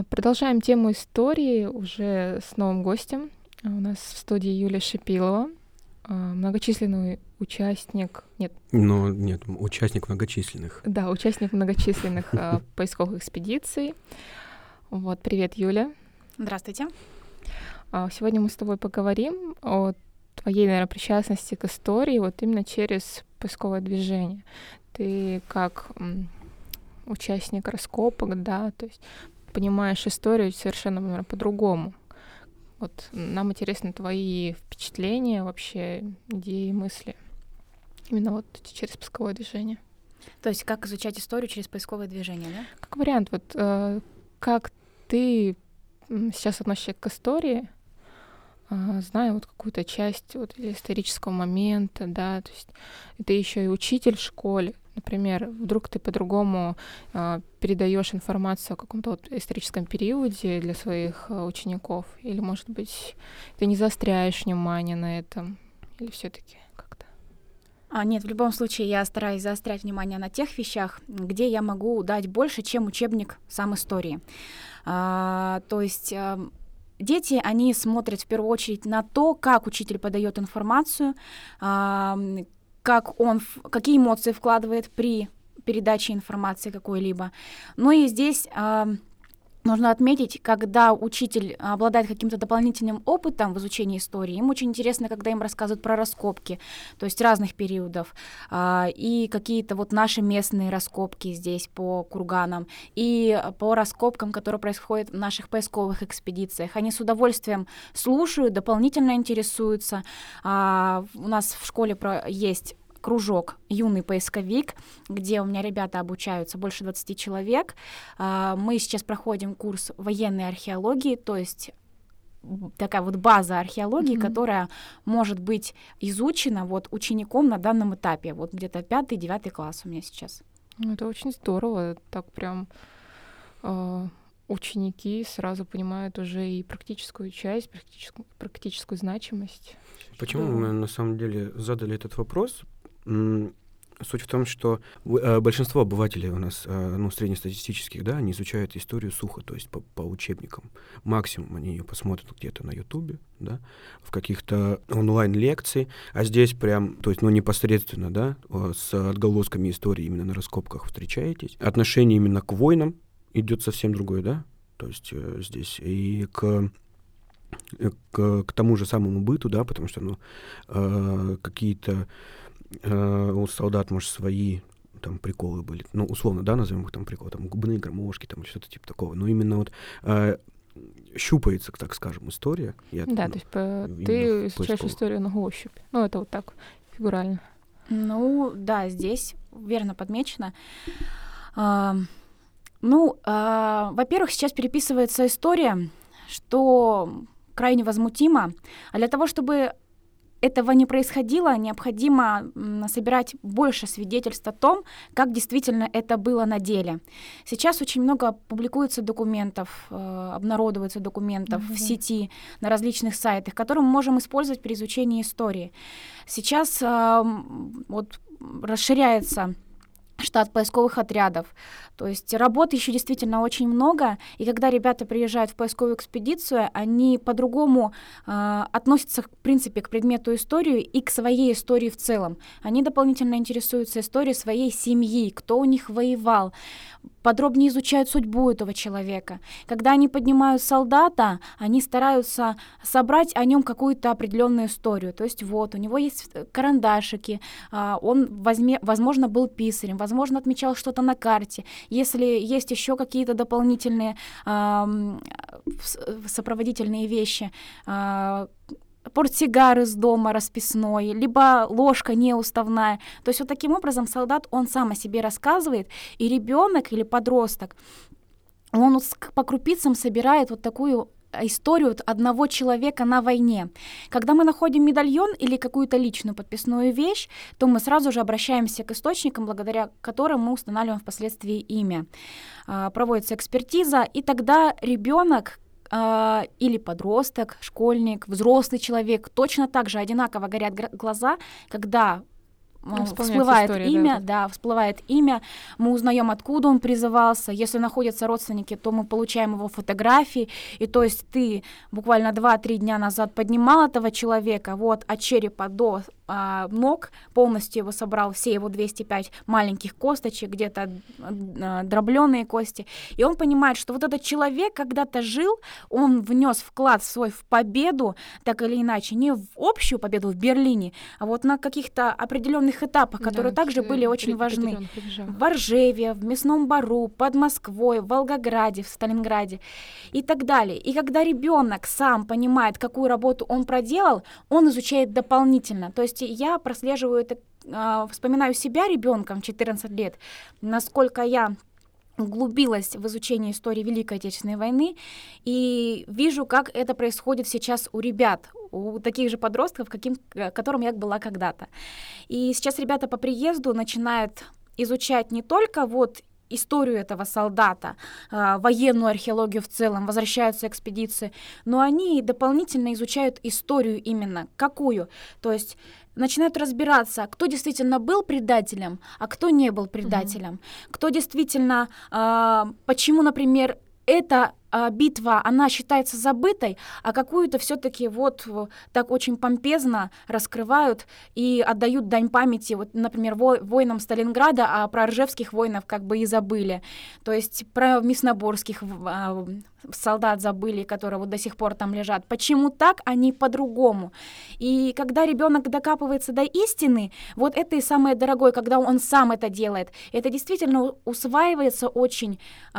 Продолжаем тему истории уже с новым гостем. У нас в студии Юлия Шипилова, многочисленный участник, участник многочисленных. Да, участник многочисленных поисковых экспедиций. Вот, привет, Юля. Здравствуйте. Сегодня мы с тобой поговорим о твоей, наверное, причастности к истории вот именно через поисковое движение. Ты как участник раскопок, да, то есть понимаешь историю совершенно, наверное, по-другому. Вот нам интересны твои впечатления, вообще идеи, мысли. Именно вот через поисковое движение. То есть как изучать историю через поисковое движение, да? Как вариант, вот как ты сейчас относишься к истории, зная вот какую-то часть вот исторического момента, да, то есть ты еще и учитель в школе. Например, вдруг ты по-другому передаешь информацию о каком-то вот историческом периоде для своих учеников, или, может быть, ты не заостряешь внимание на этом, или все-таки как-то? Нет, в любом случае я стараюсь заострять внимание на тех вещах, где я могу дать больше, чем учебник сам истории. То есть дети, они смотрят в первую очередь на то, как учитель подает информацию, какие эмоции вкладывает при передаче информации какой-либо. Ну и здесь нужно отметить, когда учитель обладает каким-то дополнительным опытом в изучении истории, им очень интересно, когда им рассказывают про раскопки, то есть разных периодов, и какие-то вот наши местные раскопки здесь по курганам, и по раскопкам, которые происходят в наших поисковых экспедициях. Они с удовольствием слушают, дополнительно интересуются. У нас в школе есть кружок «Юный поисковик», где у меня ребята обучаются, больше 20 человек. Мы сейчас проходим курс военной археологии, то есть такая вот база археологии, которая может быть изучена вот учеником на данном этапе. Вот где-то 5-9 класс у меня сейчас. Это очень здорово. Так прям ученики сразу понимают уже и практическую часть, практическую значимость. Почему мы на самом деле задали этот вопрос? Суть в том, что большинство обывателей у нас, среднестатистических, да, они изучают историю сухо, то есть по учебникам. Максимум они ее посмотрят где-то на Ютубе, да, в каких-то онлайн-лекциях, а здесь прям, то есть, непосредственно, да, с отголосками истории именно на раскопках встречаетесь. Отношение именно к войнам идет совсем другое, да, то есть здесь и к тому же самому быту, да, потому что, какие-то у солдат, может, свои там приколы были, условно, да, назовем их там приколы, там губные гармошки, там что-то типа такого, но именно вот щупается, так скажем, история. Да, то есть ты изучаешь историю на ощупь, это вот так, фигурально. Да, здесь верно подмечено. Во-первых, сейчас переписывается история, что крайне возмутимо, а для того, чтобы этого не происходило, необходимо собирать больше свидетельств о том, как действительно это было на деле. Сейчас очень много публикуется документов, обнародуется документов в сети, на различных сайтах, которые мы можем использовать при изучении истории. Сейчас расширяется штат поисковых отрядов. То есть работы еще действительно очень много, и когда ребята приезжают в поисковую экспедицию, они по-другому относятся, в принципе, к предмету истории и к своей истории в целом. Они дополнительно интересуются историей своей семьи, кто у них воевал, подробнее изучают судьбу этого человека. Когда они поднимают солдата, они стараются собрать о нем какую-то определенную историю. То есть у него есть карандашики, он, возможно, был писарем, возможно, отмечал что-то на карте. Если есть еще какие-то дополнительные сопроводительные вещи, портсигар из дома расписной, либо ложка неуставная. То есть вот таким образом солдат, он сам о себе рассказывает, и ребенок или подросток, он по крупицам собирает вот такую историю одного человека на войне. Когда мы находим медальон или какую-то личную подписную вещь, то мы сразу же обращаемся к источникам, благодаря которым мы устанавливаем впоследствии имя. Проводится экспертиза, и тогда ребенок или подросток, школьник, взрослый человек, точно так же одинаково горят глаза, когда всплывает имя, да, всплывает имя, мы узнаем, откуда он призывался. Если находятся родственники, то мы получаем его фотографии. И то есть ты буквально 2-3 дня назад поднимал этого человека, вот от черепа до ног, полностью его собрал, все его 205 маленьких косточек, где-то дробленые кости. И он понимает, что вот этот человек когда-то жил, он внес вклад свой в победу, так или иначе, не в общую победу в Берлине, а вот на каких-то определенных этапах, которые также были очень важны. В Боржеве, в Мясном Бару, под Москвой, в Волгограде, в Сталинграде и так далее. И когда ребенок сам понимает, какую работу он проделал, он изучает дополнительно. То есть я прослеживаю это, вспоминаю себя ребенком в 14 лет, насколько я углубилась в изучение истории Великой Отечественной войны и вижу, как это происходит сейчас у ребят, у таких же подростков, которым я была когда-то. И сейчас ребята по приезду начинают изучать не только вот историю этого солдата, военную археологию в целом, возвращаются экспедиции, но они дополнительно изучают историю именно. Какую? То есть начинают разбираться, кто действительно был предателем, а кто не был предателем. Кто действительно, почему, например, эта битва, она считается забытой, а какую-то все-таки вот так очень помпезно раскрывают и отдают дань памяти, вот, например, воинам Сталинграда, а про ржевских воинов как бы и забыли. То есть про мясноборских солдат забыли, которые вот до сих пор там лежат. Почему так, а не по-другому? И когда ребенок докапывается до истины, вот это и самое дорогое, когда он сам это делает. Это действительно усваивается очень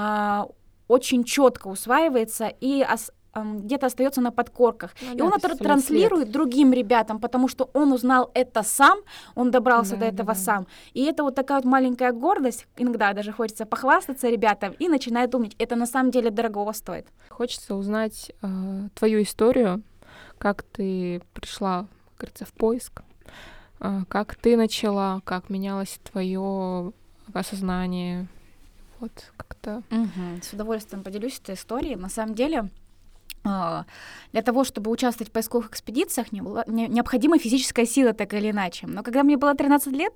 четко усваивается и где-то остается на подкорках. Ну, и он это транслирует другим ребятам, потому что он узнал это сам, он добрался до этого сам. И это вот такая вот маленькая гордость, иногда даже хочется похвастаться ребятам и начинает думать, это на самом деле дорого стоит. Хочется узнать твою историю, как ты пришла, как говорится, в поиск, как ты начала, как менялось твое осознание. Вот как-то. С удовольствием поделюсь этой историей. На самом деле, для того, чтобы участвовать в поисковых экспедициях, необходима физическая сила, так или иначе. Но когда мне было 13 лет,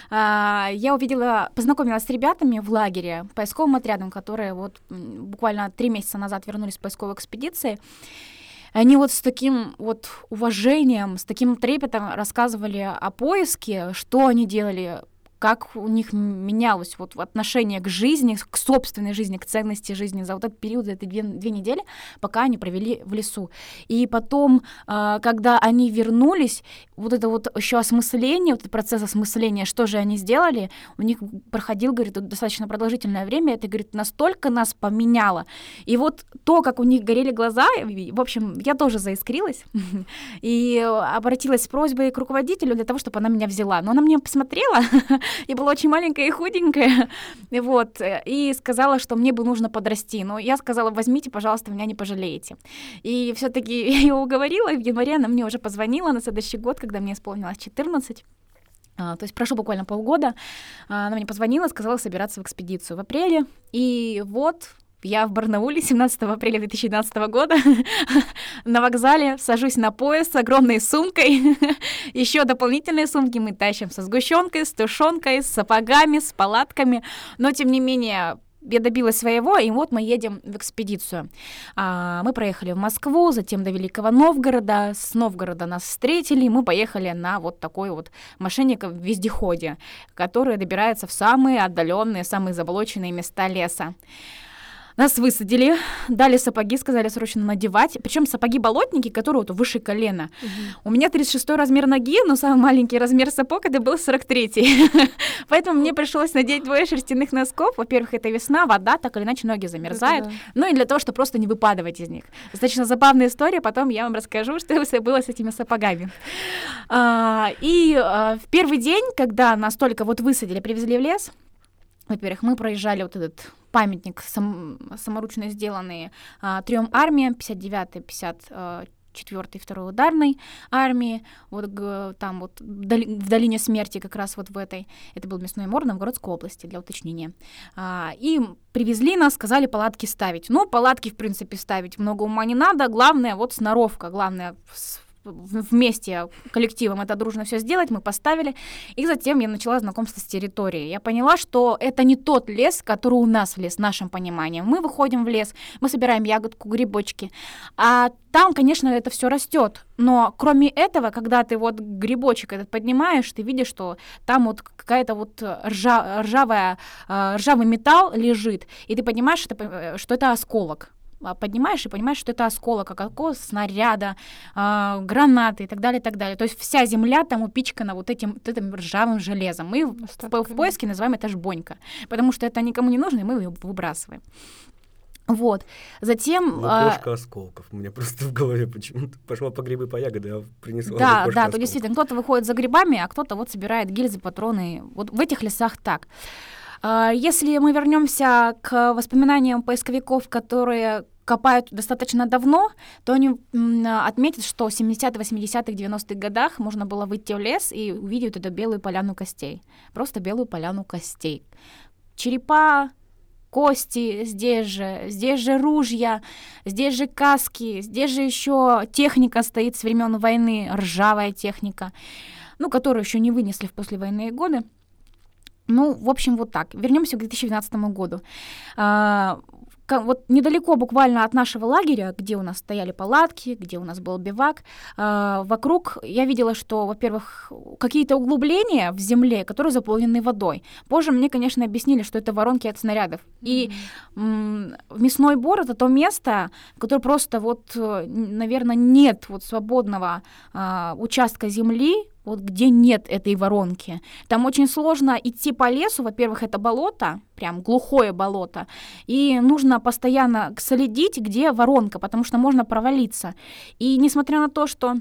я познакомилась с ребятами в лагере, поисковым отрядом, которые вот буквально 3 месяца назад вернулись с поисковой экспедиции. Они вот с таким вот уважением, с таким трепетом рассказывали о поиске, что они делали, как у них менялось вот отношение к жизни, к собственной жизни, к ценности жизни за вот этот период, за эти 2 недели, пока они провели в лесу. И потом, когда они вернулись, вот это вот еще осмысление, вот этот процесс осмысления, что же они сделали, у них проходил, говорит, достаточно продолжительное время, это, говорит, настолько нас поменяло. И вот то, как у них горели глаза, в общем, я тоже заискрилась и обратилась с просьбой к руководителю для того, чтобы она меня взяла. Но она меня посмотрела, я была очень маленькая и худенькая, вот, и сказала, что мне бы нужно подрасти. Но я сказала, возьмите, пожалуйста, меня не пожалеете. И все-таки я ее уговорила, и в январе она мне уже позвонила на следующий год, когда мне исполнилось 14. То есть прошло буквально полгода. Она мне позвонила, сказала собираться в экспедицию в апреле. И вот я в Барнауле 17 апреля 2012 года на вокзале сажусь на поезд с огромной сумкой. Еще дополнительные сумки мы тащим со сгущенкой, с тушенкой, с сапогами, с палатками. Но, тем не менее, я добилась своего, и вот мы едем в экспедицию. Мы проехали в Москву, затем до Великого Новгорода. С Новгорода нас встретили, мы поехали на вот такой вот машине-вездеходе, который добирается в самые отдаленные, самые заболоченные места леса. Нас высадили, дали сапоги, сказали срочно надевать. Причем сапоги-болотники, которые вот выше колена. У меня 36-й размер ноги, но самый маленький размер сапог это был 43-й. Поэтому мне пришлось надеть 2 шерстяных носков. Во-первых, это весна, вода, так или иначе ноги замерзают. Ну и для того, чтобы просто не выпадывать из них. Достаточно забавная история, потом я вам расскажу, что было с этими сапогами. И в первый день, когда нас только вот высадили, привезли в лес, во-первых, мы проезжали вот этот памятник саморучно сделанный 3 армиям, 59-й, 54-й, 2-й ударной армии, вот там вот в долине смерти как раз вот в этой, это был Мясной Мор Новгородской области, для уточнения. И привезли нас, сказали палатки ставить. Ну, палатки, в принципе, ставить много ума не надо, главное вот сноровка, главное вместе коллективом это дружно все сделать, мы поставили, и затем я начала знакомство с территорией. Я поняла, что это не тот лес, который у нас в лес, в нашем понимании. Мы выходим в лес, мы собираем ягодку, грибочки, а там, конечно, это все растет, но кроме этого, когда ты вот грибочек этот поднимаешь, ты видишь, что там вот какая-то вот ржавый металл лежит, и ты понимаешь, что это осколок. Поднимаешь и понимаешь, что это осколок какого снаряда, гранаты и так далее, и так далее. То есть вся земля там упичкана вот этим ржавым железом. Мы в поиске называем это жбонька, потому что это никому не нужно, и мы ее выбрасываем. Вот. Затем... Лукошка осколков. У меня просто в голове почему-то пошла по грибы, по ягоды, а принесла Да, лукошка то осколков. действительно, кто-то выходит за грибами, а кто-то вот собирает гильзы, патроны. Вот в этих лесах так. Если мы вернемся к воспоминаниям поисковиков, которые копают достаточно давно, то они отметят, что в 70-х, 80-х, 90-х годах можно было выйти в лес и увидеть эту белую поляну костей. Просто белую поляну костей. Черепа, кости здесь же ружья, здесь же каски, здесь же еще техника стоит с времен войны, ржавая техника, которую еще не вынесли в послевоенные годы. В общем, вот так. Вернемся к 2012 году. Вот недалеко буквально от нашего лагеря, где у нас стояли палатки, где у нас был бивак, вокруг я видела, что, во-первых, какие-то углубления в земле, которые заполнены водой. Позже мне, конечно, объяснили, что это воронки от снарядов. И мясной бор — это то место, которое просто наверное, нет свободного участка земли, где нет этой воронки. Там очень сложно идти по лесу. Во-первых, это болото, прям глухое болото, и нужно постоянно следить, где воронка, потому что можно провалиться. И несмотря на то, что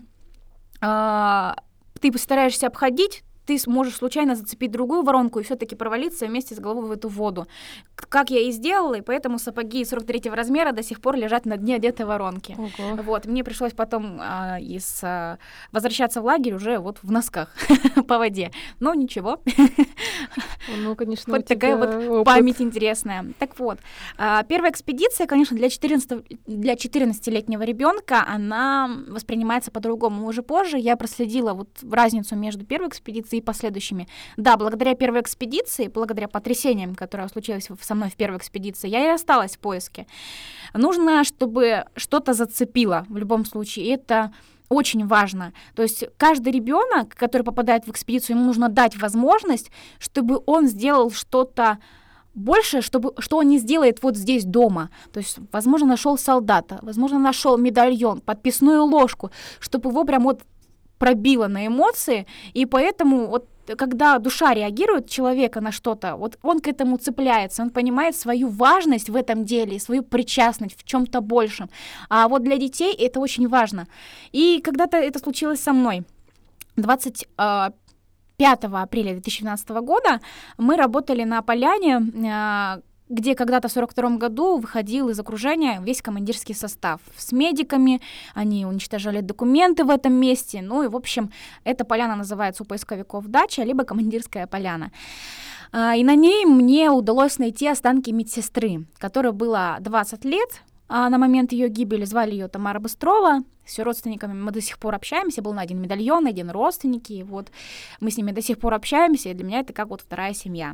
ты постараешься обходить, ты сможешь случайно зацепить другую воронку и все-таки провалиться вместе с головой в эту воду. Как я и сделала, и поэтому сапоги 43-го размера до сих пор лежат на дне одетой воронки. Ого. Вот, мне пришлось потом возвращаться в лагерь уже в носках по воде. Но ничего. Конечно, вот такая вот память интересная. Так вот, первая экспедиция, конечно, для 14-летнего ребенка она воспринимается по-другому. Уже позже я проследила разницу между первой экспедицией и последующими. Да, благодаря первой экспедиции, благодаря потрясениям, которые случились со мной в первой экспедиции, я и осталась в поиске. Нужно, чтобы что-то зацепило в любом случае. И это очень важно. То есть каждый ребенок, который попадает в экспедицию, ему нужно дать возможность, чтобы он сделал что-то больше, что он не сделает здесь дома. То есть, возможно, нашел солдата, возможно, нашел медальон, подписную ложку, чтобы его прям пробило на эмоции, и поэтому когда душа реагирует человека на что-то, он к этому цепляется, он понимает свою важность в этом деле, свою причастность в чем-то большем. А для детей это очень важно. И когда-то это случилось со мной. 25 апреля 2012 года мы работали на поляне, где когда-то в 1942 году выходил из окружения весь командирский состав с медиками, они уничтожали документы в этом месте, и, в общем, эта поляна называется у поисковиков дача, либо командирская поляна. И на ней мне удалось найти останки медсестры, которой было 20 лет, на момент ее гибели. Звали ее Тамара Быстрова. С ее родственниками мы до сих пор общаемся. Был найден медальон, найдены родственники. Мы с ними до сих пор общаемся, и для меня это как вторая семья.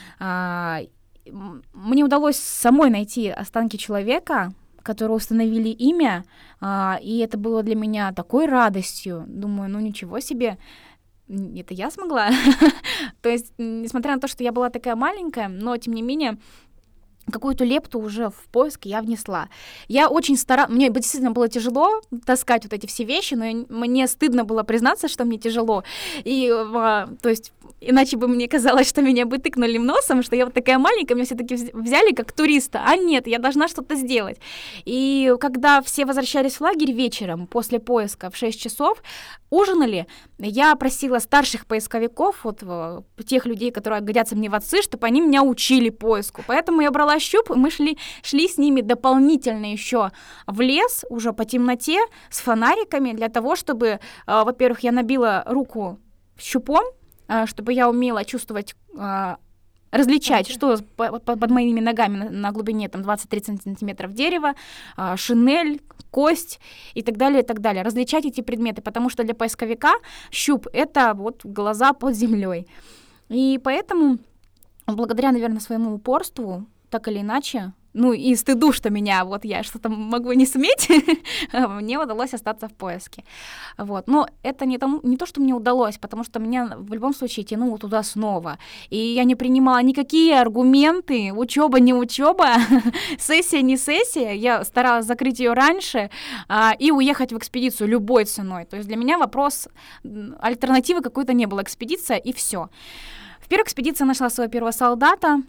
Мне удалось самой найти останки человека, которого установили имя, и это было для меня такой радостью. Думаю, ничего себе, это я смогла. То есть, несмотря на то, что я была такая маленькая, но, тем не менее, какую-то лепту уже в поиск я внесла. Я очень старалась, мне действительно было тяжело таскать эти все вещи, но мне стыдно было признаться, что мне тяжело. И, то есть, иначе бы мне казалось, что меня бы тыкнули носом, что я такая маленькая, меня все-таки взяли как туриста. А нет, я должна что-то сделать. И когда все возвращались в лагерь вечером после поиска в 6 часов, ужинали, я просила старших поисковиков, тех людей, которые годятся мне в отцы, чтобы они меня учили поиску. Поэтому я брала щуп, и мы шли с ними дополнительно еще в лес, уже по темноте, с фонариками, для того, чтобы, во-первых, я набила руку щупом, чтобы я умела чувствовать различать, что под моими ногами на глубине там 20-30 сантиметров дерева, шинель, кость и так далее, и так далее. Различать эти предметы, потому что для поисковика щуп — это вот глаза под землей. И поэтому, благодаря, наверное, своему упорству, так или иначе, ну и стыду, что меня, вот я что-то могу не суметь, мне удалось остаться в поиске. Вот. Но это не то, что мне удалось, потому что меня в любом случае тянуло туда снова. И я не принимала никакие аргументы, учеба, не учеба, сессия, не сессия. Я старалась закрыть ее раньше и уехать в экспедицию любой ценой. То есть для меня вопрос, альтернативы какой-то не было, экспедиция и все. В первой экспедиции нашла своего первого солдата.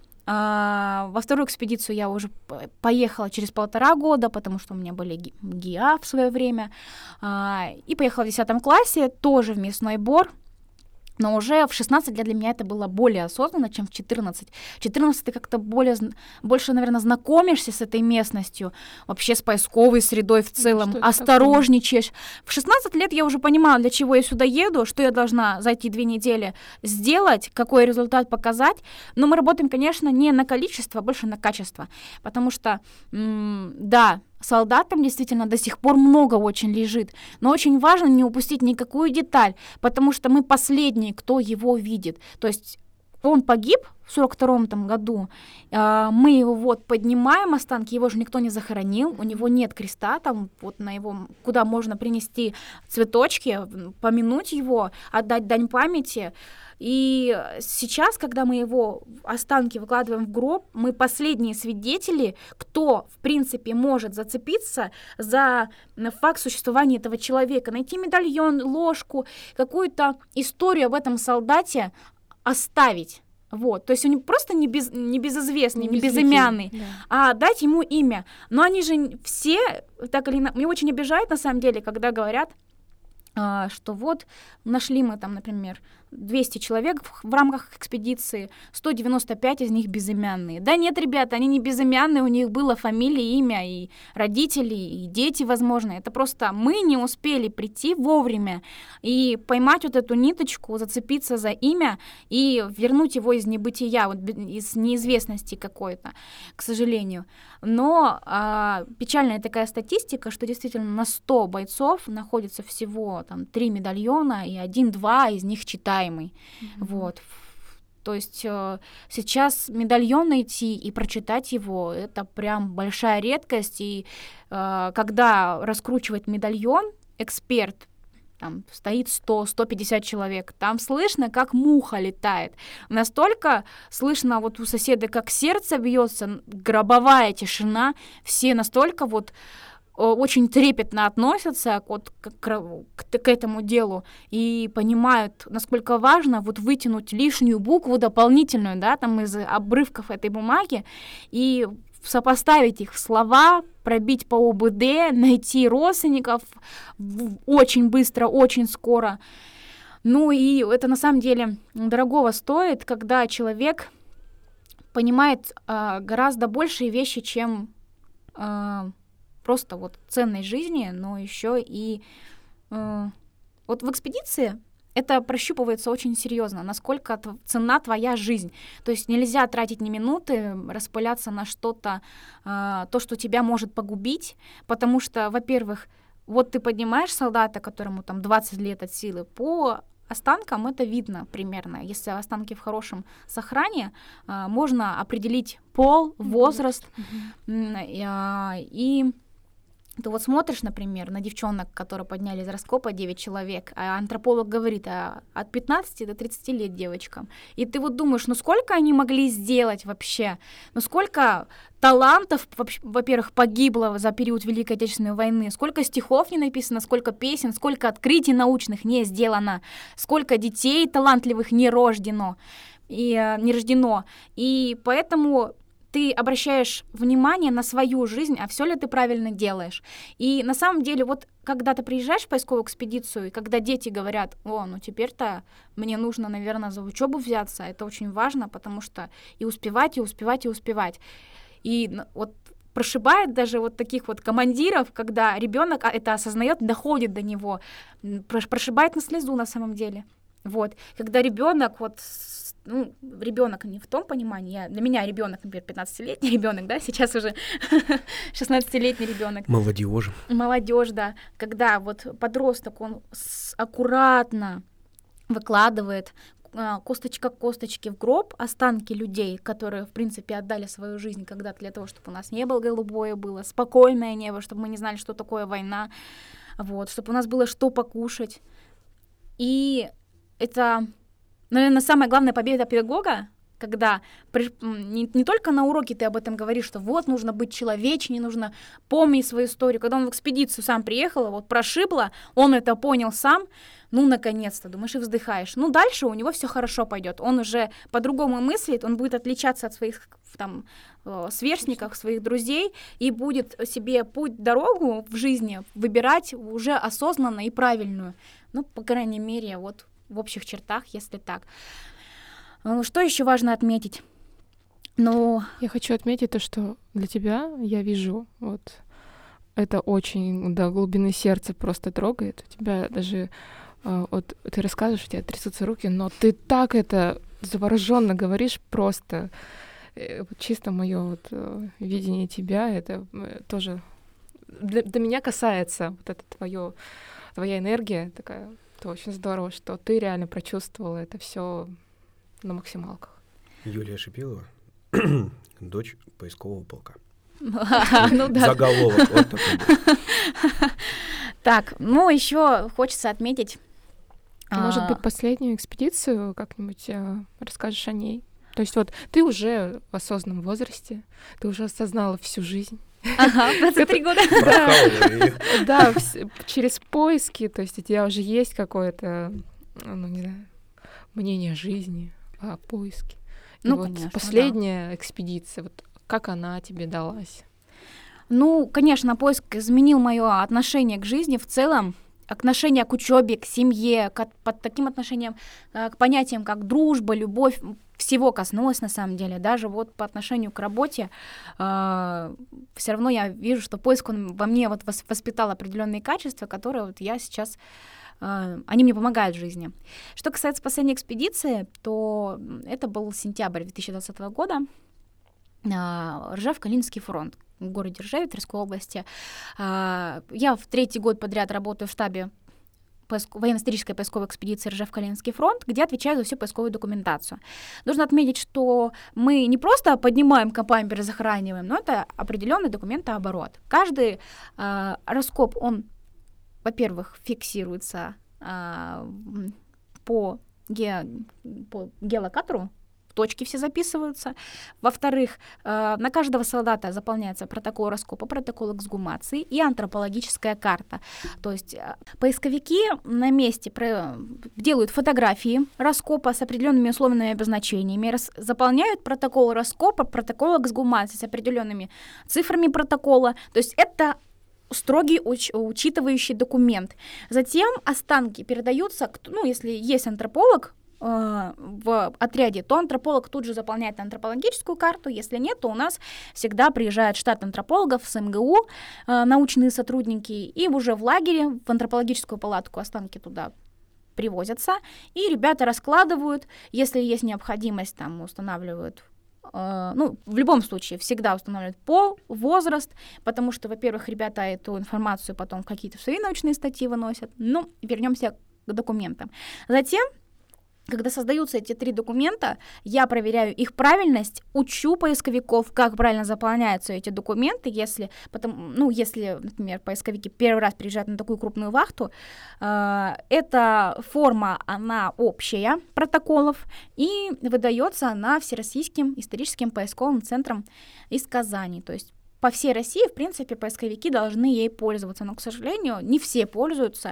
Во вторую экспедицию я уже поехала через 1,5 года, потому что у меня были ГИА в свое время. И поехала в 10 классе, тоже в мясной бор. Но уже в 16 лет для меня это было более осознанно, чем в 14. В 14 ты как-то больше, наверное, знакомишься с этой местностью, вообще с поисковой средой в целом, осторожничаешь. В 16 лет я уже понимала, для чего я сюда еду, что я должна за эти 2 недели сделать, какой результат показать. Но мы работаем, конечно, не на количество, а больше на качество. Потому что, да, солдатам действительно до сих пор много очень лежит, но очень важно не упустить никакую деталь, потому что мы последние, кто его видит. То есть он погиб в 42-м году, мы его вот поднимаем, останки, его же никто не захоронил, у него нет креста, там вот на его, куда можно принести цветочки, помянуть его, отдать дань памяти. И сейчас, когда мы его останки выкладываем в гроб, мы последние свидетели, кто, в принципе, может зацепиться за факт существования этого человека, найти медальон, ложку, какую-то историю об этом солдате оставить. Вот, то есть он просто не безызвестный, не безымянный, да, а дать ему имя. Но они же все, так или иначе, мне очень обижает, на самом деле, когда говорят, что вот нашли мы там, например, 200 человек в рамках экспедиции, 195 из них безымянные. Да нет, ребята, они не безымянные, у них было фамилия, имя, и родители, и дети, возможно. Это просто мы не успели прийти вовремя и поймать вот эту ниточку, зацепиться за имя и вернуть его из небытия, вот, из неизвестности какой-то, к сожалению. Но печальная такая статистика, что действительно на 100 бойцов находится всего там 3 медальона, и 1-2 из них читаемый. Вот. То есть сейчас медальон найти и прочитать его — это прям большая редкость. И когда раскручивает медальон эксперт, там стоит 100-150 человек, там слышно, как муха летает. Настолько слышно вот у соседа, как сердце бьется, гробовая тишина, все настолько вот очень трепетно относятся к этому делу и понимают, насколько важно вот вытянуть лишнюю букву дополнительную, да, там из обрывков этой бумаги и сопоставить их в слова, пробить по ОБД, найти родственников очень быстро, очень скоро. Ну и это на самом деле дорогого стоит, когда человек понимает гораздо большие вещи, чем просто вот ценной жизни, но еще и вот в экспедиции это прощупывается очень серьезно, насколько ценна твоя жизнь. То есть нельзя тратить ни минуты, распыляться на что-то, то, что тебя может погубить, потому что, во-первых, вот ты поднимаешь солдата, которому там 20 лет от силы, по останкам это видно примерно. Если останки в хорошем сохране, можно определить пол, возраст, и ты вот смотришь, например, на девчонок, которые подняли из раскопа 9 человек, а антрополог говорит, от 15 до 30 лет девочкам. И ты вот думаешь, ну сколько они могли сделать вообще? Ну сколько талантов, во-первых, погибло за период Великой Отечественной войны, сколько стихов не написано, сколько песен, сколько открытий научных не сделано, сколько детей талантливых не рождено. И поэтому ты обращаешь внимание на свою жизнь, а все ли ты правильно делаешь. И на самом деле, вот когда ты приезжаешь в поисковую экспедицию, и когда дети говорят, ну теперь-то мне нужно, наверное, за учебу взяться, это очень важно, потому что и успевать, и успевать, и успевать. И вот прошибает даже вот таких вот командиров, когда ребенок это осознает, доходит до него, прошибает на слезу на самом деле. Вот, когда ребенок ребенок не в том понимании, для меня ребенок, например, 15-летний ребенок, да, сейчас уже 16-летний ребенок. Молодежь, да, когда вот подросток, он аккуратно выкладывает косточка к косточке в гроб останки людей, которые, в принципе, отдали свою жизнь когда-то для того, чтобы у нас небо голубое было, спокойное небо, чтобы мы не знали, что такое война, вот, чтобы у нас было что покушать. И это, наверное, самая главная победа педагога, когда не только на уроке ты об этом говоришь, что вот нужно быть человечнее, нужно помнить свою историю. Когда он в экспедицию сам приехал, вот прошибло, он это понял сам, наконец-то, думаешь, и вздыхаешь. Дальше у него все хорошо пойдет. Он уже по-другому мыслит, он будет отличаться от своих сверстников, своих друзей, и будет себе дорогу в жизни выбирать уже осознанно и правильную. По крайней мере, вот в общих чертах, если так. Что еще важно отметить? Я хочу отметить то, что для тебя, я вижу, вот это очень до глубины сердца просто трогает. У тебя даже, вот ты рассказываешь, у тебя трясутся руки, но ты так это завороженно говоришь просто. Чисто мое вот видение тебя, это тоже до меня касается, вот это твоя энергия такая. Это очень здорово, что ты реально прочувствовала это все на максималках. Юлия Шипилова, дочь поискового полка. Заголовок вот такой. Так, еще хочется отметить. Может быть, последнюю экспедицию как-нибудь расскажешь о ней? То есть вот ты уже в осознанном возрасте, ты уже осознала всю жизнь. Ага, 23 года. Да, через поиски, то есть у тебя уже есть какое-то, не знаю, мнение о жизни, о поиске. И вот конечно, последняя экспедиция, вот как она тебе далась? Конечно, поиск изменил мое отношение к жизни в целом, отношение к учебе, к семье, под таким отношением, к понятиям, как дружба, любовь, всего коснулось на самом деле. Даже вот по отношению к работе все равно я вижу, что поиск он во мне вот воспитал определенные качества, которые вот я сейчас они мне помогают в жизни. Что касается последней экспедиции, то это был сентябрь 2020 года, Ржев-Калининский фронт в городе Ржеве, Тверской области. Я в 3-й год подряд работаю в штабе военно-исторической поисковой экспедиции Ржев-Калининский фронт, где отвечаю за всю поисковую документацию. Нужно отметить, что мы не просто поднимаем, копаем, перезахораниваем, но это определенный документооборот. Каждый раскоп, он, во-первых, фиксируется по геолокатору, точки все записываются. Во-вторых, на каждого солдата заполняется протокол раскопа, протокол эксгумации и антропологическая карта. То есть поисковики на месте делают фотографии раскопа с определенными условными обозначениями, заполняют протокол раскопа, протокол эксгумации с определенными цифрами протокола. То есть это строгий учитывающий документ. Затем останки передаются, если есть антрополог в отряде, то антрополог тут же заполняет антропологическую карту. Если нет, то у нас всегда приезжает штат антропологов с МГУ, научные сотрудники, и уже в лагере, в антропологическую палатку останки туда привозятся, и ребята раскладывают, если есть необходимость, там устанавливают. В любом случае, всегда устанавливают пол, возраст, потому что, во-первых, ребята эту информацию потом в какие-то свои научные статьи выносят. Вернемся к документам. Затем, когда создаются эти 3 документа, я проверяю их правильность, учу поисковиков, как правильно заполняются эти документы, если, например, поисковики первый раз приезжают на такую крупную вахту, эта форма, она общая протоколов, и выдается она Всероссийским историческим поисковым центром из Казани, то есть по всей России, в принципе, поисковики должны ей пользоваться, но, к сожалению, не все пользуются.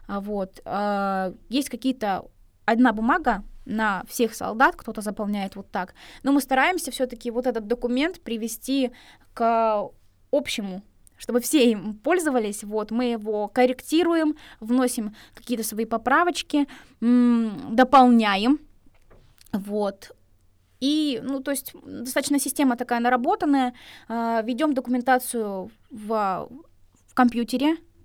Есть одна бумага на всех солдат, кто-то заполняет вот так. Но мы стараемся все-таки вот этот документ привести к общему, чтобы все им пользовались. Мы его корректируем, вносим какие-то свои поправочки, дополняем. И, то есть, достаточно система такая наработанная. Ведем документацию в компьютере,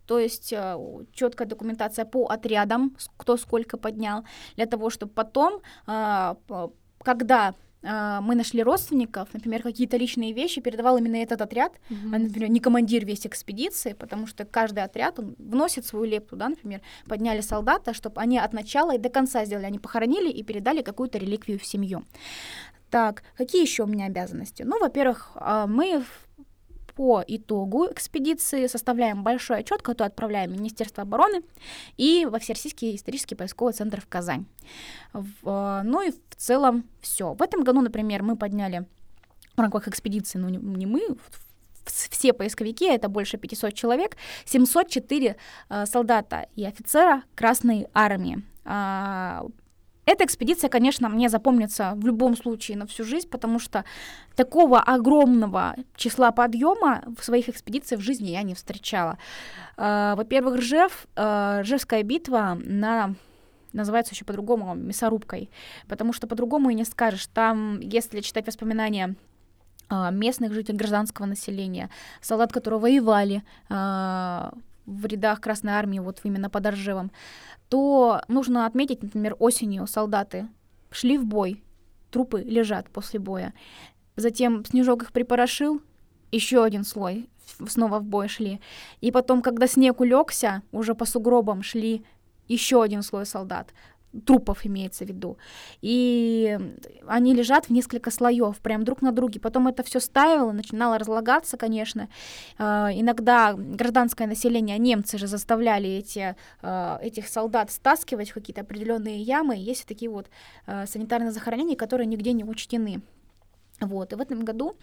то есть четкая документация по отрядам, кто сколько поднял, для того, чтобы потом, когда мы нашли родственников, например, какие-то личные вещи передавал именно этот отряд, например, не командир весь экспедиции, потому что каждый отряд, он вносит свою лепту, да, например, подняли солдата, чтобы они от начала и до конца сделали, они похоронили и передали какую-то реликвию в семью. Так, какие еще у меня обязанности? Ну, во-первых, мы по итогу экспедиции составляем большой отчет, который отправляем в Министерство обороны и во Всероссийский исторический поисковый центр в Казань. Ну и в целом все. В этом году, например, мы подняли в рамках экспедиции, ну не мы, все поисковики, это больше 500 человек, 704 солдата и офицера Красной Армии. Эта экспедиция, конечно, мне запомнится в любом случае на всю жизнь, потому что такого огромного числа подъема в своих экспедициях в жизни я не встречала. Во-первых, Ржевская битва называется еще по-другому мясорубкой, потому что по-другому и не скажешь. Там, если читать воспоминания местных жителей, гражданского населения, солдат, которые воевали в рядах Красной Армии, вот именно под Ржевом, то нужно отметить, например, осенью солдаты шли в бой, трупы лежат после боя. Затем снежок их припорошил, еще один слой, снова в бой шли. И потом, когда снег улегся, уже по сугробам шли еще один слой солдат. Трупов имеется в виду. И они лежат в несколько слоев, прям друг на друге. Потом это все стаяло, начинало разлагаться, конечно. Иногда гражданское население, немцы же заставляли этих солдат стаскивать в какие-то определенные ямы. Есть такие вот санитарные захоронения, которые нигде не учтены. Вот. И в этом году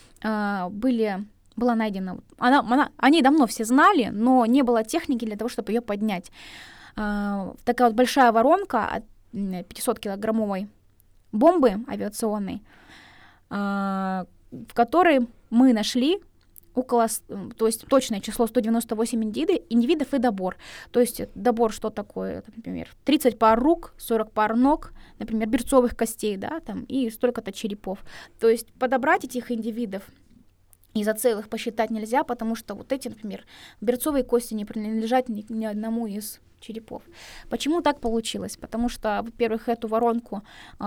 была найдена... Они давно все знали, но не было техники для того, чтобы ее поднять. Такая вот большая воронка от 500-килограммовой бомбы авиационной, в которой мы нашли то есть точное число 198 индивидов и добор. То есть добор что такое? Например, 30 пар рук, 40 пар ног, например, берцовых костей, да, там, и столько-то черепов. То есть подобрать этих индивидов и за целых посчитать нельзя, потому что вот эти, например, берцовые кости не принадлежат ни одному из черепов. Почему так получилось? Потому что, во-первых, эту воронку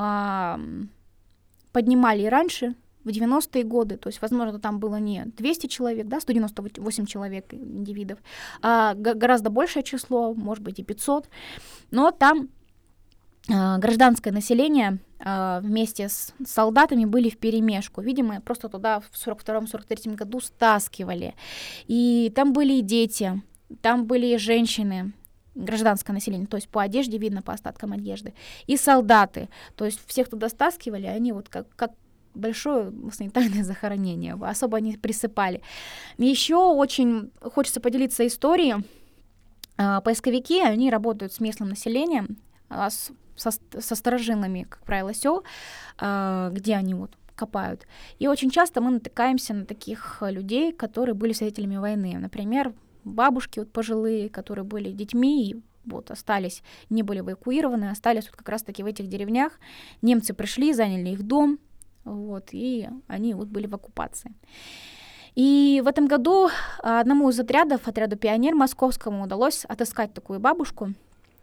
поднимали и раньше, в 90-е годы, то есть, возможно, там было не 200 человек, да, 198 человек индивидов, а гораздо большее число, может быть, и 500, но там гражданское население вместе с солдатами были вперемешку. Видимо, просто туда в 42-43 году стаскивали. И там были и дети, там были и женщины, гражданское население, то есть по одежде видно, по остаткам одежды, и солдаты, то есть всех туда стаскивали, они вот как большое санитарное захоронение, особо не присыпали. Еще очень хочется поделиться историей. Поисковики, они работают с местным населением, со старожилами, как правило, сел, где они вот копают. И очень часто мы натыкаемся на таких людей, которые были свидетелями войны. Например, бабушки вот пожилые, которые были детьми и вот остались, не были эвакуированы, остались вот как раз-таки в этих деревнях. Немцы пришли, заняли их дом, вот, и они вот были в оккупации. И в этом году одному из отряду «Пионер» московскому удалось отыскать такую бабушку.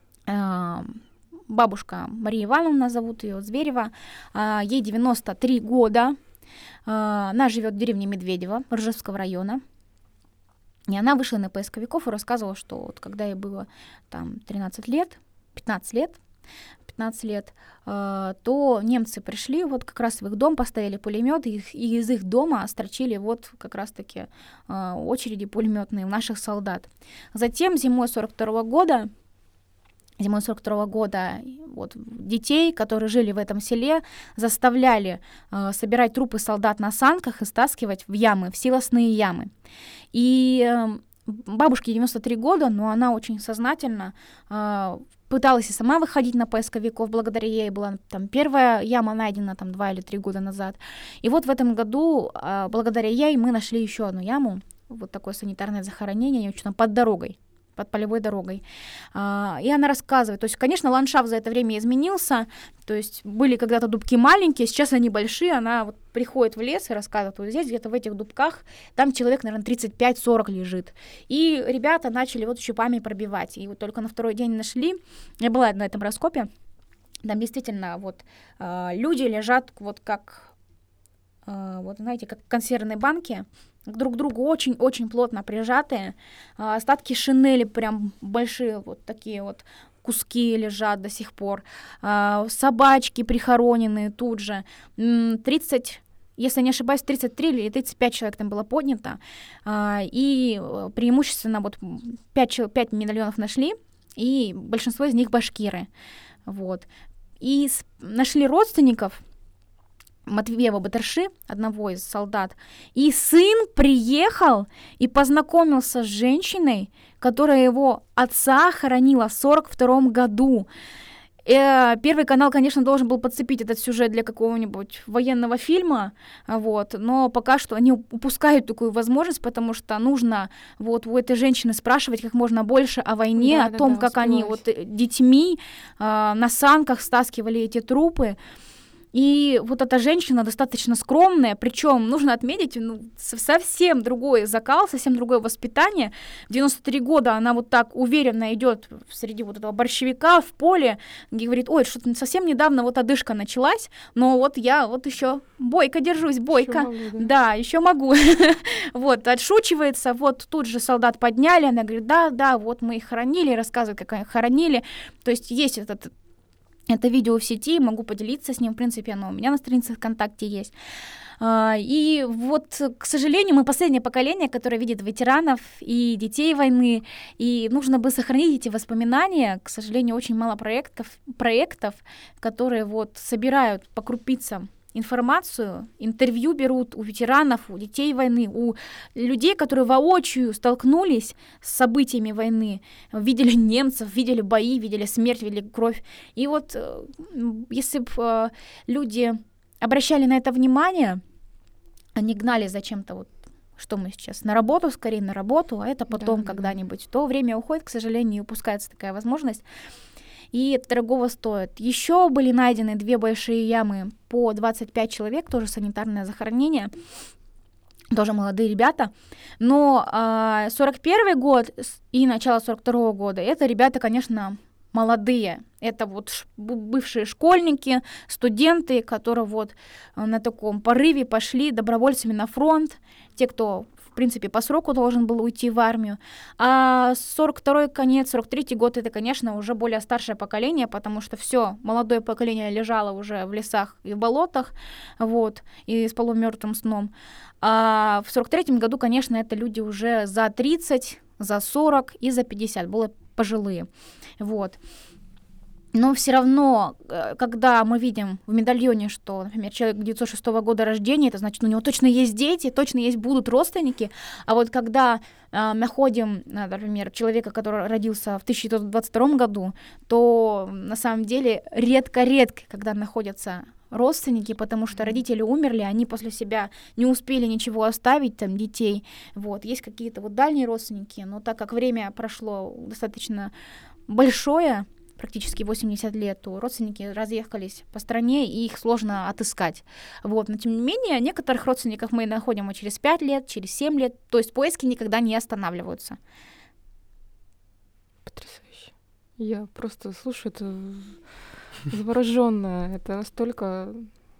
Бабушка Мария Ивановна, зовут ее, Зверева, ей 93 года. Она живет в деревне Медведево Ржевского района. И она вышла на поисковиков и рассказывала, что вот когда ей было там 15 лет, то немцы пришли, вот как раз в их дом поставили пулемет, и из их дома строчили вот как раз-таки очереди пулеметные наших солдат. Затем зимой 42 года вот, детей, которые жили в этом селе, заставляли собирать трупы солдат на санках и стаскивать в ямы, в силосные ямы. И бабушке 93 года, но она очень сознательно пыталась и сама выходить на поисковиков, благодаря ей была там первая яма найдена там 2 или 3 года назад. И вот в этом году, благодаря ей, мы нашли еще одну яму, вот такое санитарное захоронение, очень там под дорогой под полевой дорогой. И она рассказывает, то есть, конечно, ландшафт за это время изменился, то есть были когда-то дубки маленькие, сейчас они большие, она вот приходит в лес и рассказывает, вот здесь где-то в этих дубках, там человек, наверное, 35-40 лежит. И ребята начали вот щупами пробивать, и вот только на второй день нашли, я была на этом раскопе, там действительно вот люди лежат вот как, вот знаете, как консервные банки, друг к другу очень-очень плотно прижатые, остатки шинели прям большие, вот такие вот куски лежат до сих пор, собачки прихороненные тут же, 30, если не ошибаюсь, 33 или 35 человек там было поднято, и преимущественно вот 5 медальонов нашли, и большинство из них башкиры, вот, и нашли родственников Матвеева Батарши, одного из солдат, и сын приехал и познакомился с женщиной, которая его отца хоронила в 1942 году. Первый канал, конечно, должен был подцепить этот сюжет для какого-нибудь военного фильма, вот, но пока что они упускают такую возможность, потому что нужно вот у этой женщины спрашивать как можно больше о войне, о том, как они вот детьми на санках стаскивали эти трупы. И вот эта женщина достаточно скромная, причем нужно отметить, совсем другой закал, совсем другое воспитание. В 93 года она вот так уверенно идет среди вот этого борщевика в поле и говорит: ой, что-то совсем недавно вот одышка началась, но вот я вот еще бойко держусь, бойко. Ещё могу, да? Да, еще могу. Вот, отшучивается, вот тут же солдат подняли, она говорит: да, вот мы их хоронили, рассказывает, как их хоронили. То есть есть это видео в сети, могу поделиться с ним, в принципе, оно у меня на странице ВКонтакте есть. И вот, к сожалению, мы последнее поколение, которое видит ветеранов и детей войны, и нужно бы сохранить эти воспоминания. К сожалению, очень мало проектов, которые вот собирают по крупицам информацию, интервью берут у ветеранов, у детей войны, у людей, которые воочию столкнулись с событиями войны, видели немцев, видели бои, видели смерть, видели кровь. И вот если бы люди обращали на это внимание, они гнали зачем-то вот, что мы сейчас, на работу, скорее на работу, а это потом когда-нибудь. То время уходит, к сожалению, и упускается такая возможность. И это дорогого стоит. Еще были найдены 2 большие ямы по 25 человек, тоже санитарное захоронение, тоже молодые ребята. Но 41 год и начало 42 года, это ребята, конечно, молодые. Это вот бывшие школьники, студенты, которые вот на таком порыве пошли добровольцами на фронт, те, кто в принципе, по сроку должен был уйти в армию. А 42-й конец, 43-й год, это, конечно, уже более старшее поколение, потому что все молодое поколение лежало уже в лесах и в болотах, вот, и спало мертвым сном. А в 43-м году, конечно, это люди уже за 30, за 40 и за 50, были пожилые, вот. Но все равно, когда мы видим в медальоне, что, например, человек 906 года рождения, это значит, у него точно есть дети, точно будут родственники. А вот когда находим, например, человека, который родился в 1922 году, то на самом деле редко-редко, когда находятся родственники, потому что родители умерли, они после себя не успели ничего оставить, там, детей. Вот. Есть какие-то вот дальние родственники, но так как время прошло достаточно большое, практически 80 лет, то родственники разъехались по стране, и их сложно отыскать. Вот. Но, тем не менее, некоторых родственников мы находим и через 5 лет, через 7 лет, то есть поиски никогда не останавливаются. Потрясающе. Я просто слушаю, это заворожённая. Это настолько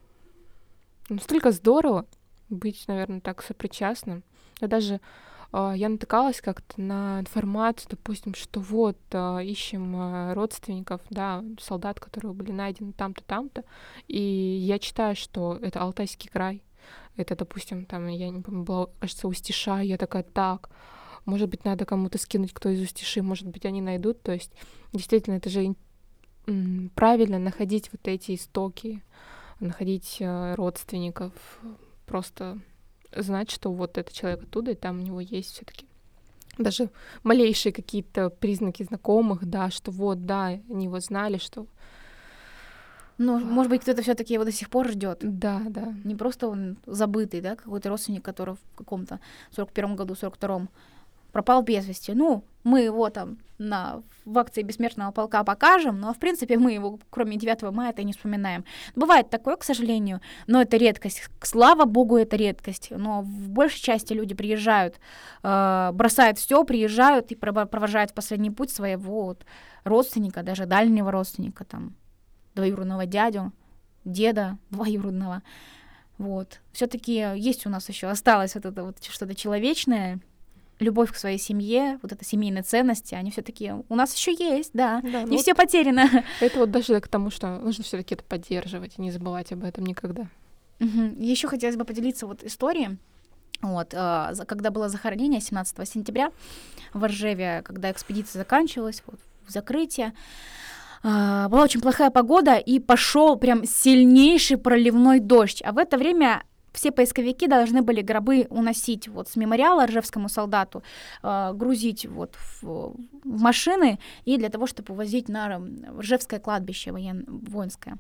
здорово быть, наверное, так сопричастным. Я натыкалась как-то на информацию, допустим, что вот ищем родственников, да, солдат, которые были найдены там-то, там-то, и я читаю, что это Алтайский край, это, допустим, там, я не помню, была, кажется, Устиша, я такая, так, может быть, надо кому-то скинуть, кто из Устиши, может быть, они найдут, то есть, действительно, это же правильно находить вот эти истоки, находить родственников, просто знать, что вот этот человек оттуда, и там у него есть все-таки даже малейшие какие-то признаки знакомых, да, что вот, да, они его знали, что... Ну, может быть, кто-то все-таки его до сих пор ждет. Да, да. Не просто он забытый, да, какой-то родственник, который в каком-то 41-м году, 42-м пропал без вести. Ну, мы его там в акции Бессмертного полка покажем, но, в принципе, мы его, кроме 9 мая-то, не вспоминаем. Бывает такое, к сожалению, но это редкость. Слава богу, это редкость. Но в большей части люди приезжают, бросают все, приезжают и провожают в последний путь своего вот родственника, даже дальнего родственника, там, двоюродного дядю, деда двоюродного. Вот. Все-таки есть у нас еще осталось вот это вот что-то человечное, любовь к своей семье, вот это семейные ценности, они все-таки у нас еще есть, да, не все потеряно. Это вот даже к тому, что нужно все-таки это поддерживать и не забывать об этом никогда. Еще хотелось бы поделиться вот историей. Вот, когда было захоронение 17 сентября в Ржеве, когда экспедиция заканчивалась, вот, в закрытие, была очень плохая погода, и пошел прям сильнейший проливной дождь. А в это время все поисковики должны были гробы уносить вот с мемориала ржевскому солдату, грузить вот в машины и для того, чтобы увозить на Ржевское кладбище воинское.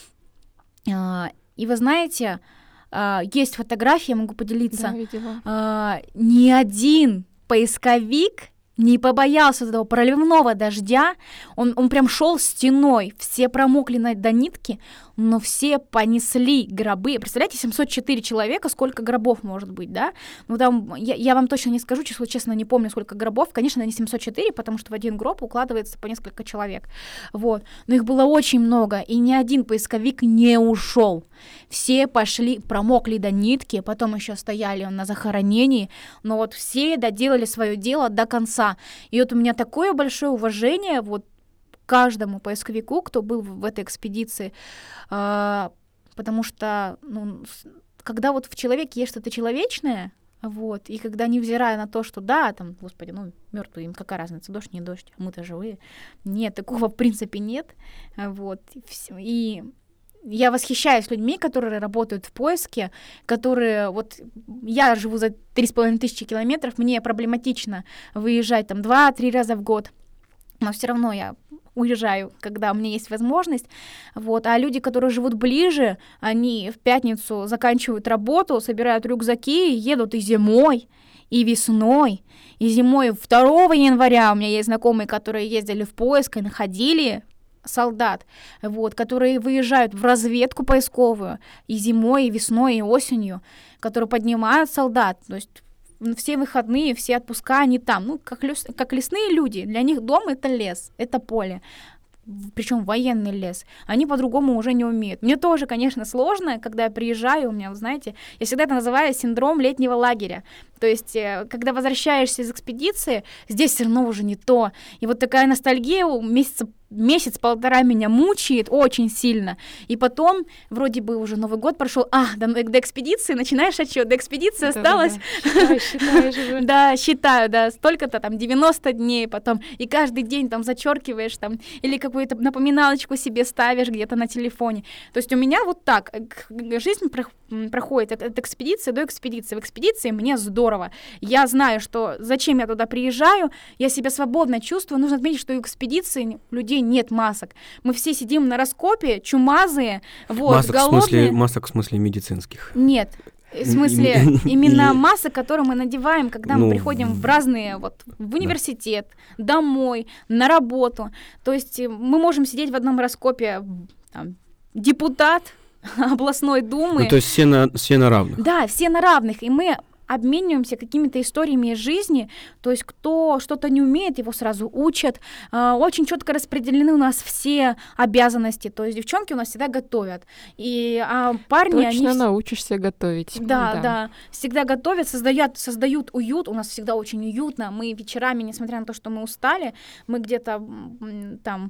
И вы знаете, есть фотографии, я могу поделиться. Да, видела. Ни один поисковик не побоялся этого проливного дождя, он прям шел стеной, все промокли до нитки, но все понесли гробы. Представляете, 704 человека, сколько гробов может быть, да? Ну там, я вам точно не скажу, честно, не помню, сколько гробов. Конечно, не 704, потому что в один гроб укладывается по несколько человек. Вот. Но их было очень много, и ни один поисковик не ушел. Все пошли, промокли до нитки, потом еще стояли на захоронении, но вот все доделали свое дело до конца. И вот у меня такое большое уважение вот каждому поисковику, кто был в этой экспедиции, потому что, ну, когда вот в человеке есть что-то человечное, вот, и когда, невзирая на то, что да, там, господи, ну, мертвые, им какая разница, дождь, не дождь, мы-то живые, нет, такого в принципе нет, вот, и я восхищаюсь людьми, которые работают в поиске, которые, вот, я живу за 3500 километров, мне проблематично выезжать там 2-3 раза в год, но все равно я уезжаю, когда у меня есть возможность, вот, а люди, которые живут ближе, они в пятницу заканчивают работу, собирают рюкзаки и едут и зимой, и весной, и зимой 2 января у меня есть знакомые, которые ездили в поиск и находили солдат, вот, которые выезжают в разведку поисковую и зимой, и весной, и осенью, которые поднимают солдат, то есть все выходные, все отпуска, они там, ну, как лесные люди, для них дом — это лес, это поле, причем военный лес, они по-другому уже не умеют. Мне тоже, конечно, сложно, когда я приезжаю, у меня, вы знаете, я всегда это называю синдром летнего лагеря, то есть, когда возвращаешься из экспедиции, здесь все равно уже не то, и вот такая ностальгия месяц-полтора меня мучает очень сильно. И потом, вроде бы уже Новый год прошел, до экспедиции, начинаешь отчет, до экспедиции осталось. Считаешь уже. Да, считаю, да, столько-то там 90 дней потом, и каждый день там зачеркиваешь там, или какую-то напоминалочку себе ставишь где-то на телефоне. То есть у меня вот так жизнь проходит от экспедиции до экспедиции. В экспедиции мне здорово. Я знаю, что зачем я туда приезжаю, я себя свободно чувствую. Нужно отметить, что в экспедиции людей нет масок. Мы все сидим на раскопе, чумазые, вот, голодные. Масок в смысле медицинских? Нет. В смысле, именно масок, которые мы надеваем, когда мы приходим в разные, вот, в университет, домой, на работу. То есть мы можем сидеть в одном раскопе, там, депутат областной думы. Ну, то есть все на равных. Да, все на равных, и мы обмениваемся какими-то историями из жизни, то есть кто что-то не умеет, его сразу учат. Очень четко распределены у нас все обязанности, то есть девчонки у нас всегда готовят, и парни... Точно научишься готовить. Да, всегда готовят, создают уют, у нас всегда очень уютно, мы вечерами, несмотря на то, что мы устали, мы где-то там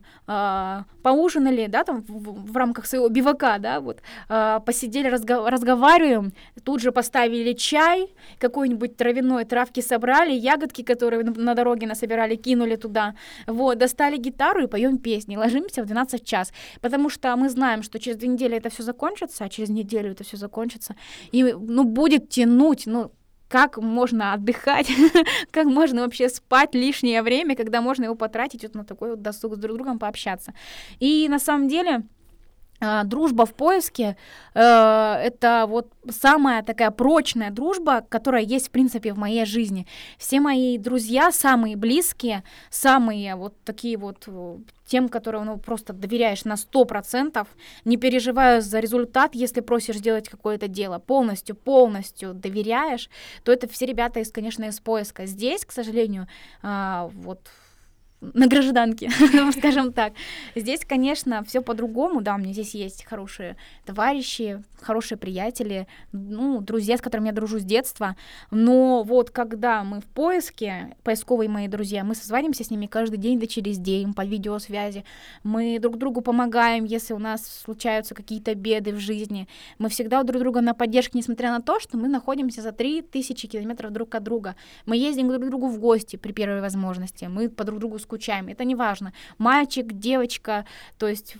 поужинали, да, там в рамках своего бивака, да, вот, посидели, разговариваем, тут же поставили чай, какой-нибудь травяной травки собрали, ягодки, которые на дороге насобирали, кинули туда, вот, достали гитару и поем песни, ложимся в 12 час, потому что мы знаем, что через 2 недели это все закончится, а через неделю это все закончится, и, ну, будет тянуть, ну, как можно отдыхать, как можно вообще спать лишнее время, когда можно его потратить вот на такой вот досуг с друг другом пообщаться. И на самом деле дружба в поиске это вот самая такая прочная дружба, которая есть, в принципе, в моей жизни. Все мои друзья, самые близкие, самые вот такие вот, тем, которым просто доверяешь на 100%, не переживая за результат, если просишь сделать какое-то дело, полностью доверяешь, то это все ребята, конечно, из поиска. Здесь, к сожалению, вот на гражданке, скажем так. Здесь, конечно, все по-другому, да, у меня здесь есть хорошие товарищи, хорошие приятели, друзья, с которыми я дружу с детства, но вот когда мы в поиске, поисковые мои друзья, мы созваниваемся с ними каждый день, да через день, по видеосвязи, мы друг другу помогаем, если у нас случаются какие-то беды в жизни, мы всегда у друг друга на поддержке, несмотря на то, что мы находимся за 3000 километров друг от друга, мы ездим друг к другу в гости при первой возможности, мы по друг другу скучаем, это не важно, мальчик, девочка, то есть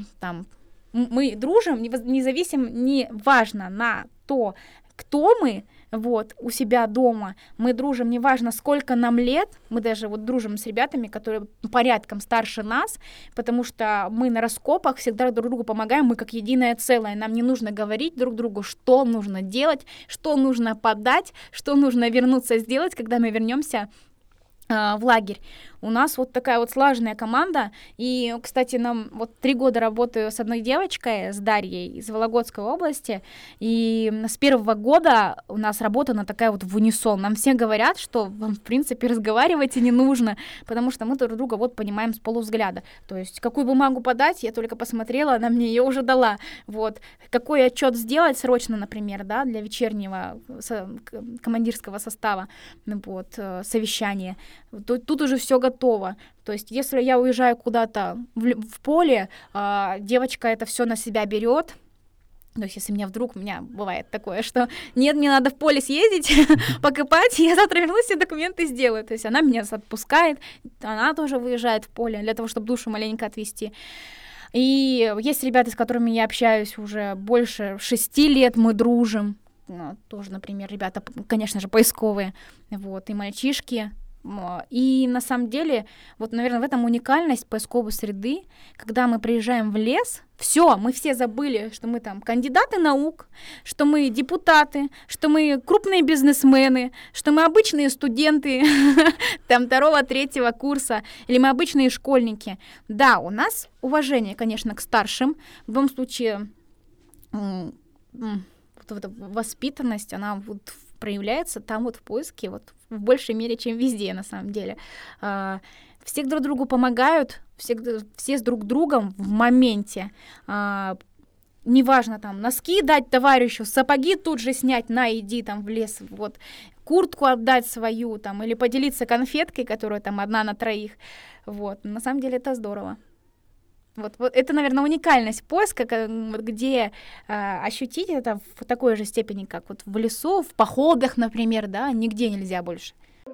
мы дружим, независимо, не важно на то, кто мы, вот, у себя дома, мы дружим, неважно, сколько нам лет, мы даже вот дружим с ребятами, которые порядком старше нас, потому что мы на раскопах всегда друг другу помогаем, мы как единое целое, нам не нужно говорить друг другу, что нужно делать, что нужно подать, что нужно вернуться сделать, когда мы вернемся в лагерь. У нас вот такая вот слаженная команда, и, кстати, нам вот 3 года работаю с одной девочкой, с Дарьей из Вологодской области, и с первого года у нас работа она такая вот в унисон. Нам все говорят, что вам, в принципе, разговаривать и не нужно, потому что мы друг друга вот понимаем с полувзгляда. То есть, какую бумагу подать, я только посмотрела, она мне ее уже дала. Вот. Какой отчет сделать срочно, например, да, для вечернего командирского состава, вот, совещания. Тут уже все готово. То есть, если я уезжаю куда-то в поле, девочка это все на себя берет. То есть, если у меня бывает такое, что нет, мне надо в поле съездить, покопать, я завтра вернусь и документы сделаю. То есть, она меня отпускает, она тоже выезжает в поле для того, чтобы душу маленько отвести. И есть ребята, с которыми я общаюсь уже больше 6 лет, мы дружим. Тоже, например, ребята, конечно же, поисковые, вот, и мальчишки. И на самом деле, вот, наверное, в этом уникальность поисковой среды, когда мы приезжаем в лес, мы все забыли, что мы там кандидаты наук, что мы депутаты, что мы крупные бизнесмены, что мы обычные студенты там 2-3 курса, или мы обычные школьники. Да, у нас уважение, конечно, к старшим. В любом случае, вот эта воспитанность, она вот проявляется там вот в поиске, вот в большей мере, чем везде, на самом деле. Все друг другу помогают, все с друг другом в моменте. Неважно, там, носки дать товарищу, сапоги тут же снять, иди там в лес, вот, куртку отдать свою, там, или поделиться конфеткой, которая там 1 на 3, вот. На самом деле это здорово. Вот это, наверное, уникальность поиска, где ощутить это в такой же степени, как вот в лесу, в походах, например, да, нигде нельзя больше.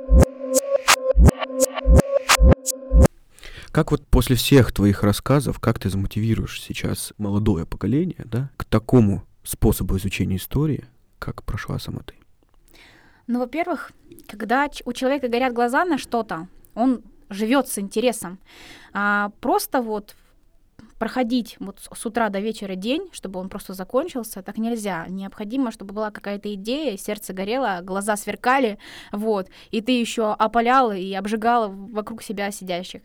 Как вот после всех твоих рассказов, как ты замотивируешь сейчас молодое поколение, да, к такому способу изучения истории, как прошла сама ты? Во-первых, когда у человека горят глаза на что-то, он живет с интересом. Просто вот проходить вот с утра до вечера день, чтобы он просто закончился, так нельзя. Необходимо, чтобы была какая-то идея, сердце горело, глаза сверкали, вот, и ты еще опалял и обжигал вокруг себя сидящих.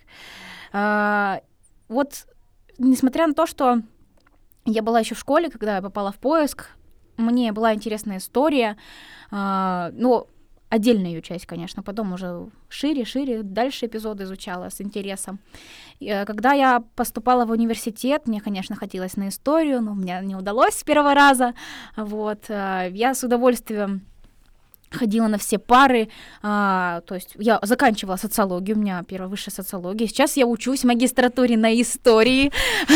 Вот, несмотря на то, что я была еще в школе, когда я попала в поиск, мне была интересная история, но отдельная ее часть, конечно, потом уже шире, дальше эпизоды изучала с интересом. И, когда я поступала в университет, мне, конечно, хотелось на историю, но мне не удалось с первого раза. Вот. Я с удовольствием ходила на все пары, то есть я заканчивала социологию, у меня первая высшая социология. Сейчас я учусь в магистратуре на истории,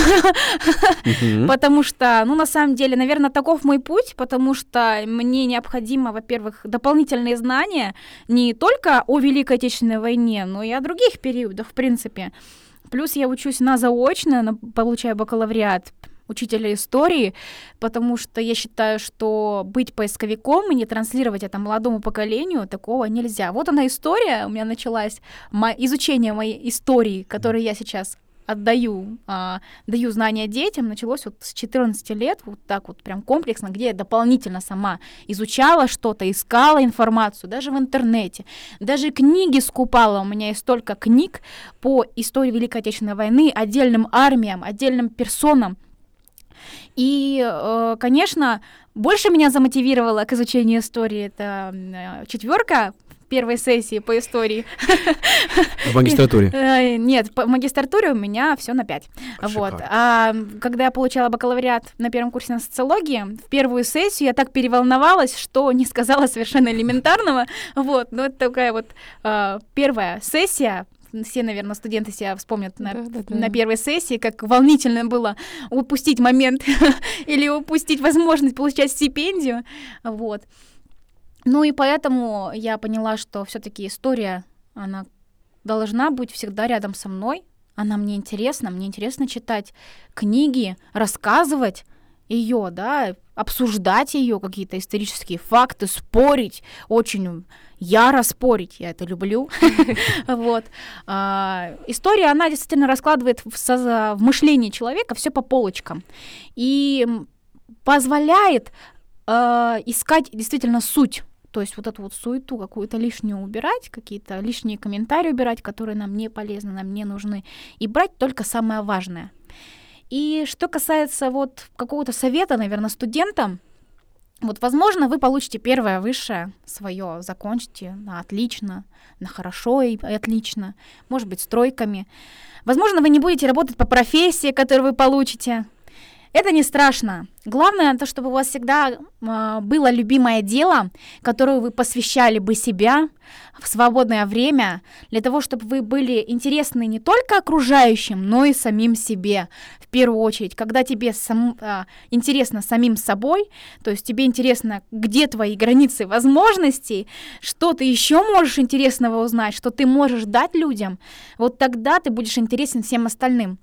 потому что, на самом деле, наверное, таков мой путь, потому что мне необходимо, во-первых, дополнительные знания не только о Великой Отечественной войне, но и о других периодах, в принципе. Плюс я учусь на заочно, получаю бакалавриат учителя истории, потому что я считаю, что быть поисковиком и не транслировать это молодому поколению, такого нельзя. Вот она история, у меня началась изучение моей истории, которую я сейчас даю знания детям, началось вот с 14 лет, вот так вот прям комплексно, где я дополнительно сама изучала что-то, искала информацию, даже в интернете, даже книги скупала. У меня есть столько книг по истории Великой Отечественной войны, отдельным армиям, отдельным персонам. И, конечно, больше меня замотивировало к изучению истории это 4 первой сессии по истории. В магистратуре? Нет, в магистратуре у меня все на 5. Вот. А когда я получала бакалавриат на первом курсе на социологии, в первую сессию я так переволновалась, что не сказала совершенно элементарного. Вот. Но это такая вот первая сессия. Все, наверное, студенты себя вспомнят на первой сессии, как волнительно было упустить момент или упустить возможность получать стипендию. Вот. Ну и поэтому я поняла, что все-таки история, она должна быть всегда рядом со мной. Она мне интересно читать книги, рассказывать ее, да, обсуждать ее, какие-то исторические факты, спорить, очень яро спорить, я это люблю. Вот. История, она действительно раскладывает в мышлении человека все по полочкам и позволяет искать действительно суть. То есть вот эту вот суету какую-то лишнюю убирать, какие-то лишние комментарии убирать, которые нам не полезны, нам не нужны, и брать только самое важное. И что касается вот какого-то совета, наверное, студентам, вот, возможно, вы получите первое высшее свое, закончите на отлично, на хорошо и отлично, может быть, с тройками. Возможно, вы не будете работать по профессии, которую вы получите. Это не страшно. Главное, то, чтобы у вас всегда было любимое дело, которое вы посвящали бы себя в свободное время, для того, чтобы вы были интересны не только окружающим, но и самим себе. В первую очередь, когда тебе интересно самим собой, то есть тебе интересно, где твои границы возможностей, что ты еще можешь интересного узнать, что ты можешь дать людям, вот тогда ты будешь интересен всем остальным.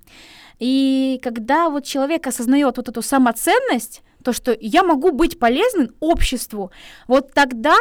И когда вот человек осознает вот эту самоценность, то, что я могу быть полезным обществу, вот тогда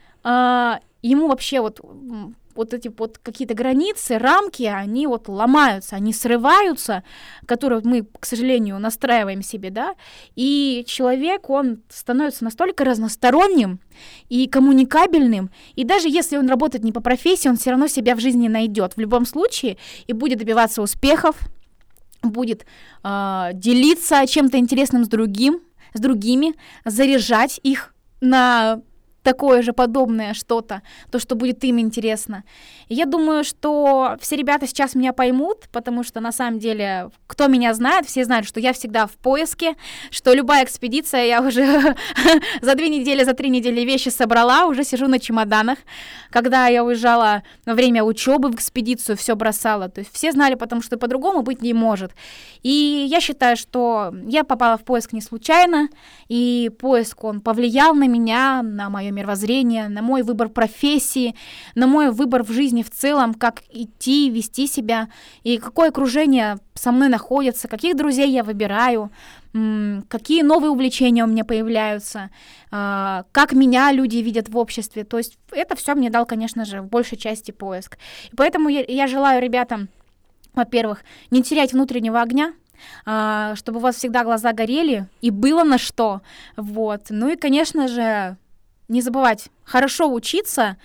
ему вообще вот эти вот какие-то границы, рамки, они вот ломаются, они срываются, которые мы, к сожалению, настраиваем себе, да, и человек, он становится настолько разносторонним и коммуникабельным, и даже если он работает не по профессии, он все равно себя в жизни найдет в любом случае и будет добиваться успехов, будет делиться чем-то интересным с другими, заряжать их на такое же подобное что-то, то, что будет им интересно. И я думаю, что все ребята сейчас меня поймут, потому что на самом деле, кто меня знает, все знают, что я всегда в поиске, что любая экспедиция, я уже за 2 недели, за 3 недели вещи собрала, уже сижу на чемоданах. Когда я уезжала во время учебы в экспедицию, все бросала. То есть все знали, потому что по-другому быть не может. И я считаю, что я попала в поиск не случайно, и поиск, он повлиял на меня, на мое мировоззрение, на мой выбор профессии, на мой выбор в жизни в целом, как идти, вести себя, и какое окружение со мной находится, каких друзей я выбираю, какие новые увлечения у меня появляются, как меня люди видят в обществе. То есть это все мне дал, конечно же, в большей части поиск. И поэтому я желаю ребятам, во-первых, не терять внутреннего огня, чтобы у вас всегда глаза горели и было на что. Вот. Ну и, конечно же, не забывать хорошо учиться,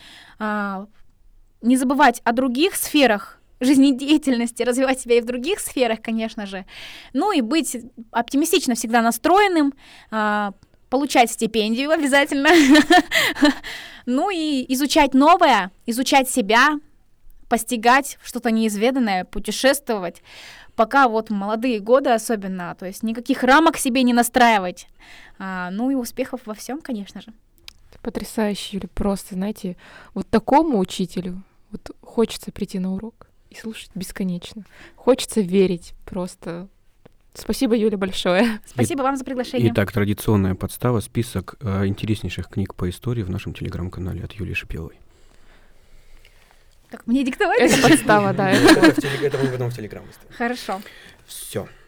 не забывать о других сферах жизнедеятельности, развивать себя и в других сферах, конечно же. Ну и быть оптимистично всегда настроенным, получать стипендию обязательно. Ну и изучать новое, изучать себя, постигать что-то неизведанное, путешествовать. Пока вот молодые годы особенно, то есть никаких рамок себе не настраивать. Ну и успехов во всем, конечно же. Потрясающе, Юля, просто, знаете, вот такому учителю вот хочется прийти на урок и слушать бесконечно. Хочется верить просто. Спасибо, Юля, большое. Спасибо вам за приглашение. Итак, традиционная подстава, список интереснейших книг по истории в нашем телеграм-канале от Юлии Шипиловой. Так, мне диктовать? Это подстава, да. Это мы потом в телеграм выставим. Хорошо. Все.